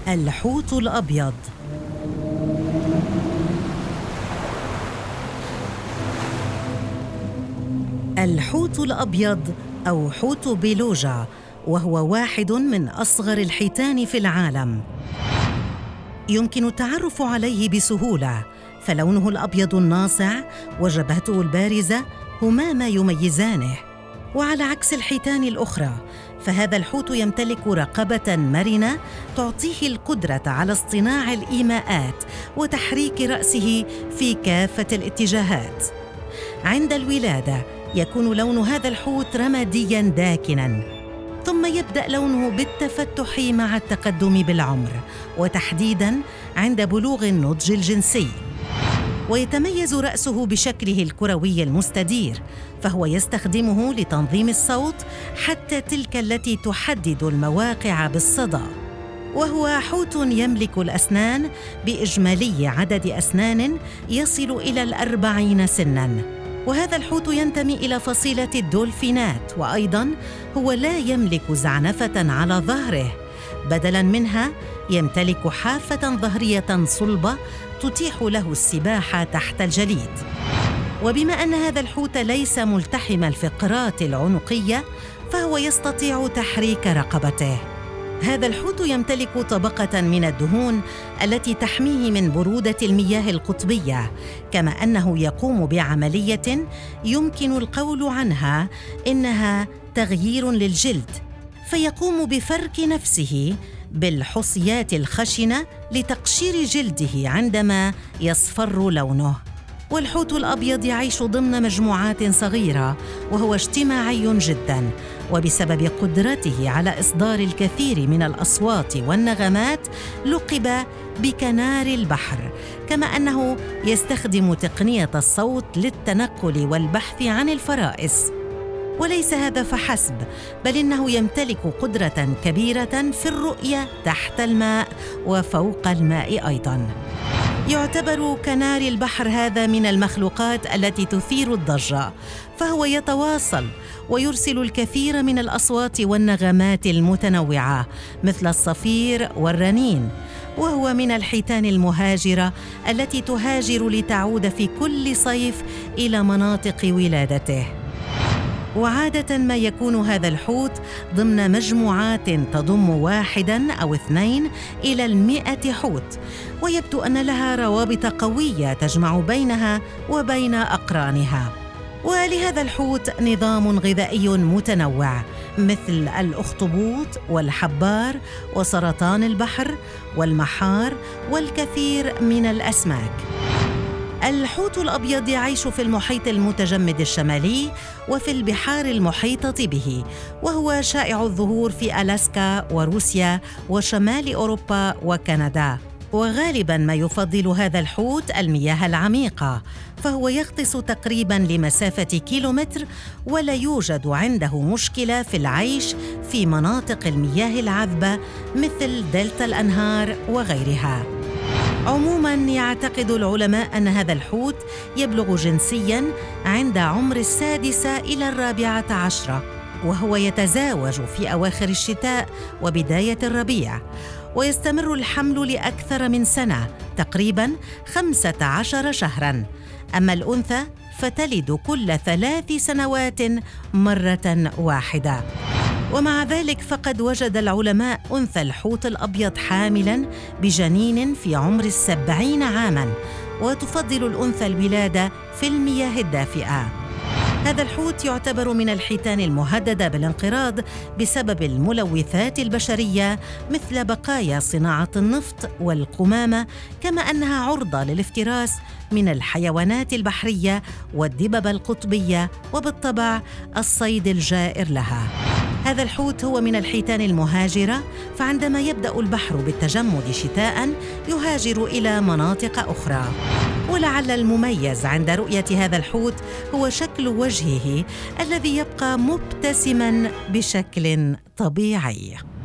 الحوت الأبيض. الحوت الأبيض أو حوت بيلوجا، وهو واحد من أصغر الحيتان في العالم. يمكن التعرف عليه بسهولة، فلونه الأبيض الناصع وجبهته البارزة هما ما يميزانه. وعلى عكس الحيتان الأخرى، فهذا الحوت يمتلك رقبة مرنة تعطيه القدرة على اصطناع الإيماءات وتحريك رأسه في كافة الاتجاهات. عند الولادة يكون لون هذا الحوت رمادياً داكناً، ثم يبدأ لونه بالتفتح مع التقدم بالعمر، وتحديداً عند بلوغ النضج الجنسي. ويتميز رأسه بشكله الكروي المستدير، فهو يستخدمه لتنظيم الصوت حتى تلك التي تحدد المواقع بالصدى. وهو حوت يملك الأسنان بإجمالي عدد أسنان يصل إلى 40 سناً. وهذا الحوت ينتمي إلى فصيلة الدولفينات، وأيضاً هو لا يملك زعنفة على ظهره، بدلاً منها يمتلك حافة ظهرية صلبة تتيح له السباحة تحت الجليد. وبما أن هذا الحوت ليس ملتحم الفقرات العنقية، فهو يستطيع تحريك رقبته. هذا الحوت يمتلك طبقة من الدهون التي تحميه من برودة المياه القطبية، كما أنه يقوم بعملية يمكن القول عنها إنها تغيير للجلد، فيقوم بفرك نفسه بالحصيات الخشنة لتقشير جلده عندما يصفر لونه. والحوت الأبيض يعيش ضمن مجموعات صغيرة، وهو اجتماعي جداً، وبسبب قدرته على إصدار الكثير من الأصوات والنغمات لقب بكنار البحر، كما أنه يستخدم تقنية الصوت للتنقل والبحث عن الفرائس. وليس هذا فحسب، بل إنه يمتلك قدرة كبيرة في الرؤية تحت الماء وفوق الماء أيضاً. يعتبر كنار البحر هذا من المخلوقات التي تثير الضجة، فهو يتواصل ويرسل الكثير من الأصوات والنغمات المتنوعة مثل الصفير والرنين. وهو من الحيتان المهاجرة التي تهاجر لتعود في كل صيف إلى مناطق ولادته. وعادة ما يكون هذا الحوت ضمن مجموعات تضم 1 أو 2 إلى 100 حوت، ويبدو أن لها روابط قوية تجمع بينها وبين أقرانها. ولهذا الحوت نظام غذائي متنوع مثل الأخطبوط والحبار وسرطان البحر والمحار والكثير من الأسماك. الحوت الأبيض يعيش في المحيط المتجمد الشمالي وفي البحار المحيطة به، وهو شائع الظهور في ألاسكا وروسيا وشمال أوروبا وكندا. وغالباً ما يفضل هذا الحوت المياه العميقة، فهو يغطس تقريباً لمسافة كيلومتر، ولا يوجد عنده مشكلة في العيش في مناطق المياه العذبة مثل دلتا الأنهار وغيرها. عموماً يعتقد العلماء أن هذا الحوت يبلغ جنسياً عند عمر 6 إلى 14، وهو يتزاوج في أواخر الشتاء وبداية الربيع، ويستمر الحمل لأكثر من سنة، تقريباً 15 شهراً. أما الأنثى فتلد كل 3 سنوات مرة واحدة. ومع ذلك فقد وجد العلماء أنثى الحوت الأبيض حاملاً بجنين في عمر 70 عاماً، وتفضل الأنثى الولادة في المياه الدافئة. هذا الحوت يعتبر من الحيتان المهددة بالانقراض بسبب الملوثات البشرية مثل بقايا صناعة النفط والقمامة، كما أنها عرضة للافتراس من الحيوانات البحرية والدببة القطبية، وبالطبع الصيد الجائر لها. هذا الحوت هو من الحيتان المهاجرة، فعندما يبدأ البحر بالتجمد شتاءً يهاجر إلى مناطق أخرى. ولعل المميز عند رؤية هذا الحوت هو شكل وجهه الذي يبقى مبتسماً بشكل طبيعي.